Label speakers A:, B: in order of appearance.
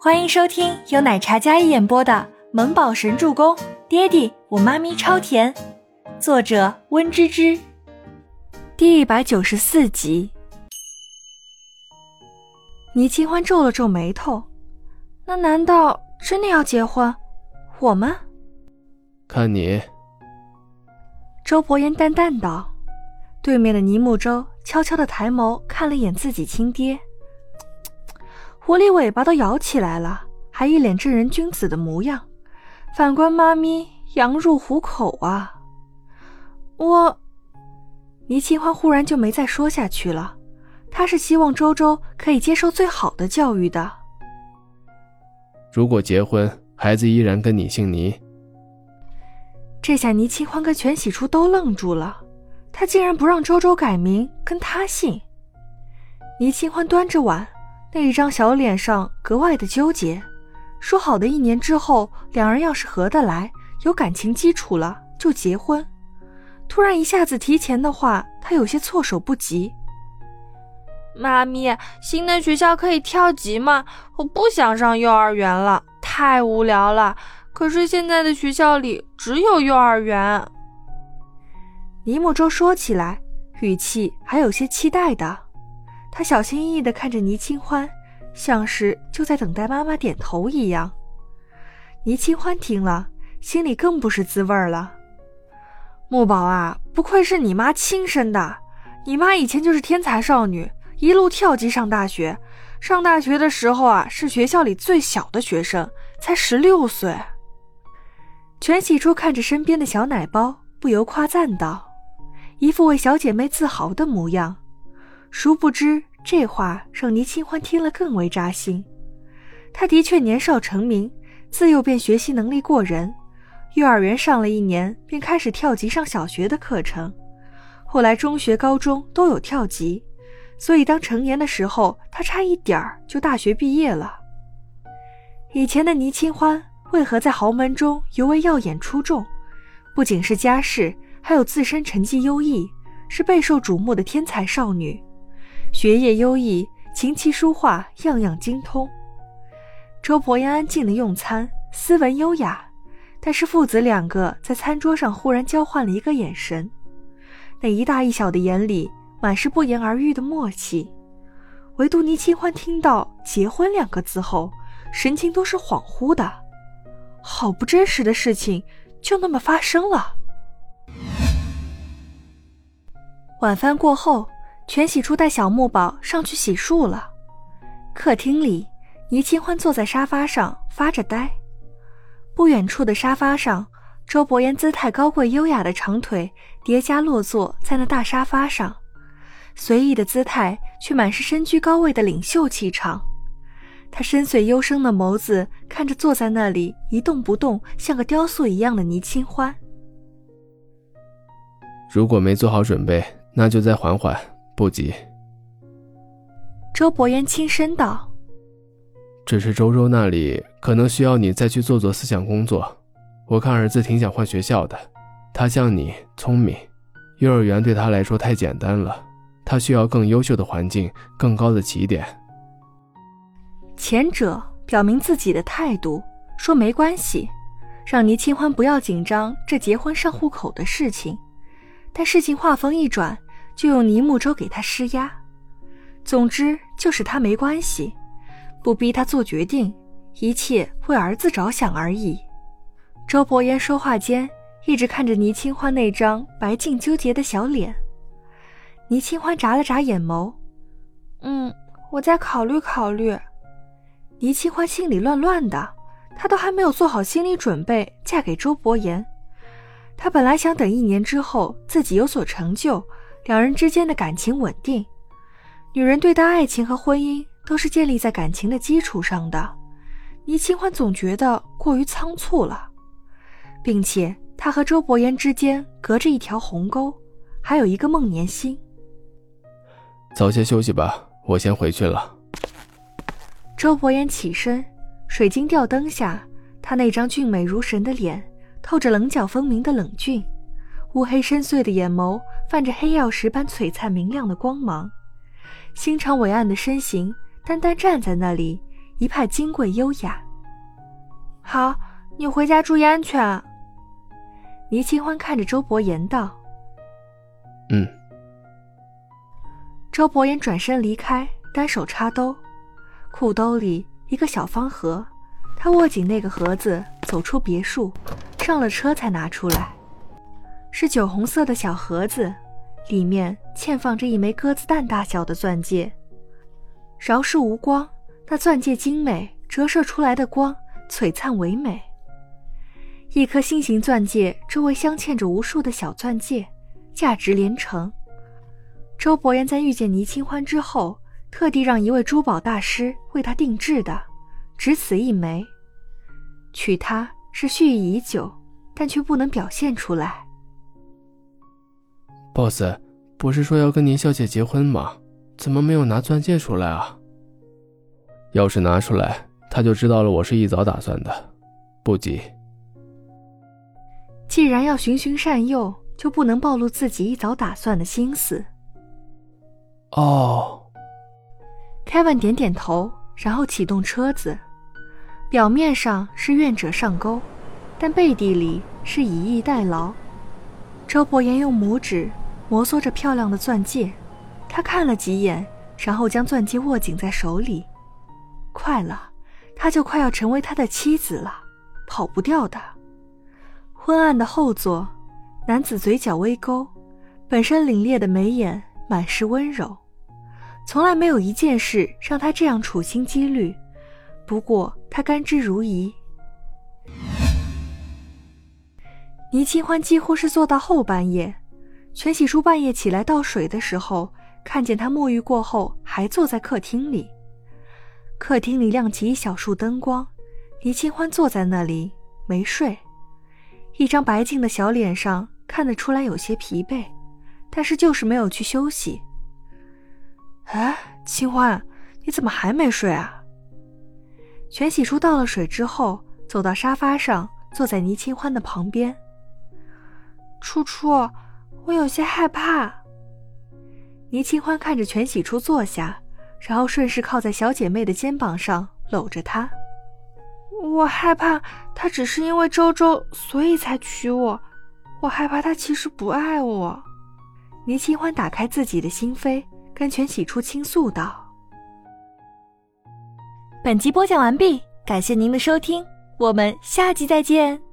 A: 欢迎收听由奶茶嘉一演播的《萌宝神助攻》，爹地我妈咪超甜，作者温芝芝。第194集。倪清欢皱了皱眉头，那难道真的要结婚？我们？
B: 看你。
A: 周伯言淡淡道。对面的倪木舟悄悄地抬眸看了一眼自己亲爹，狐狸尾巴都摇起来了，还一脸正人君子的模样。反观妈咪，羊入虎口啊。倪清欢忽然就没再说下去了，她是希望周周可以接受最好的教育的。
B: 如果结婚，孩子依然跟你姓倪。
A: 这下倪清欢跟全喜初都愣住了，他竟然不让周周改名跟他姓。倪清欢端着碗，那一张小脸上格外的纠结。说好的1年之后，两人要是合得来，有感情基础了就结婚。突然一下子提前的话，他有些措手不及。
C: 妈咪，新的学校可以跳级吗？我不想上幼儿园了，太无聊了。可是现在的学校里只有幼儿园。
A: 倪木舟说起来，语气还有些期待的。他小心翼翼地看着倪清欢，像是就在等待妈妈点头一样。倪清欢听了，心里更不是滋味了。木宝啊，不愧是你妈亲生的，你妈以前就是天才少女，一路跳级上大学。上大学的时候啊，是学校里最小的学生，才16岁。全喜初看着身边的小奶包，不由夸赞道，一副为小姐妹自豪的模样。殊不知这话让倪清欢听了更为扎心。她的确年少成名，自幼便学习能力过人，幼儿园上了1年便开始跳级上小学的课程，后来中学高中都有跳级，所以当成年的时候，她差一点儿就大学毕业了。以前的倪清欢为何在豪门中尤为耀眼出众？不仅是家世，还有自身成绩优异，是备受瞩目的天才少女，学业优异，琴棋书画样样精通。周伯言安静的用餐，斯文优雅，但是父子2个在餐桌上忽然交换了一个眼神，那一大一小的眼里满是不言而喻的默契。唯独倪清欢听到结婚2个字后，神情都是恍惚的，好不真实的事情就那么发生了。晚饭过后，全喜初带小木宝上去洗漱了。客厅里，倪清欢坐在沙发上发着呆。不远处的沙发上，周伯言姿态高贵优雅的长腿叠加落坐在那大沙发上，随意的姿态却满是身居高位的领袖气场。他深邃幽深的眸子看着坐在那里一动不动像个雕塑一样的倪清欢。
B: 如果没做好准备，那就再缓缓，不急。
A: 周伯言轻声道，
B: 只是周周那里可能需要你再去做思想工作。我看儿子挺想换学校的，他像你聪明，幼儿园对他来说太简单了，他需要更优秀的环境，更高的起点。
A: 前者表明自己的态度，说没关系，让倪清欢不要紧张这结婚上户口的事情。但事情话锋一转，就用倪木舟给他施压。总之就是他没关系，不逼他做决定，一切为儿子着想而已。周伯言说话间一直看着倪清欢那张白净纠结的小脸。倪清欢眨了眨眼眸，我再考虑考虑。倪清欢心里乱乱的，她都还没有做好心理准备嫁给周伯言。她本来想等1年之后自己有所成就，两人之间的感情稳定。女人对待爱情和婚姻都是建立在感情的基础上的，倪清欢总觉得过于仓促了，并且她和周伯言之间隔着一条鸿沟，还有一个孟年心。
B: 早些休息吧，我先回去了。
A: 周伯言起身，水晶吊灯下，他那张俊美如神的脸透着棱角分明的冷峻，乌黑深邃的眼眸泛着黑曜石般璀璨明亮的光芒，心肠伟岸的身形单单站在那里， 一派金贵优雅。
C: 好，你回家注意安全。
A: 倪清欢看着周伯言道。周伯言转身离开，单手插兜，裤兜里一个小方盒，他握紧那个盒子，走出别墅，上了车才拿出来。是酒红色的小盒子，里面嵌放着一枚鸽子蛋大小的钻戒。饶是无光，那钻戒精美，折射出来的光璀璨唯美。一颗心形钻戒周围镶嵌着无数的小钻戒，价值连城。周伯言在遇见倪清欢之后，特地让一位珠宝大师为他定制的，只此一枚。娶她是蓄意已久，但却不能表现出来。
B: boss， 不是说要跟倪小姐结婚吗？怎么没有拿钻戒出来啊？要是拿出来，她就知道了我是一早打算的，不急。
A: 既然要循循善诱，就不能暴露自己一早打算的心思。
B: 哦。
A: Kevin 点点头，然后启动车子。表面上是愿者上钩，但背地里是以逸待劳。周伯言用拇指摩挲着漂亮的钻戒，他看了几眼，然后将钻戒握紧在手里。快了，他就快要成为他的妻子了，跑不掉的。昏暗的后座，男子嘴角微勾，本身凛冽的眉眼满是温柔。从来没有一件事让他这样处心积虑，不过他甘之如饴。倪清欢几乎是坐到后半夜，全喜初半夜起来倒水的时候，看见他沐浴过后还坐在客厅里。客厅里亮起一小束灯光，倪清欢坐在那里没睡，一张白净的小脸上看得出来有些疲惫，但是就是没有去休息。哎，清欢，你怎么还没睡啊？全喜初倒了水之后，走到沙发上，坐在倪清欢的旁边。
C: 初初，我有些害怕。
A: 倪清欢看着全喜初坐下，然后顺势靠在小姐妹的肩膀上，搂着她。
C: 我害怕他只是因为周周，所以才娶我。我害怕他其实不爱我。
A: 倪清欢打开自己的心扉，跟全喜初倾诉道。本集播讲完毕，感谢您的收听，我们下集再见。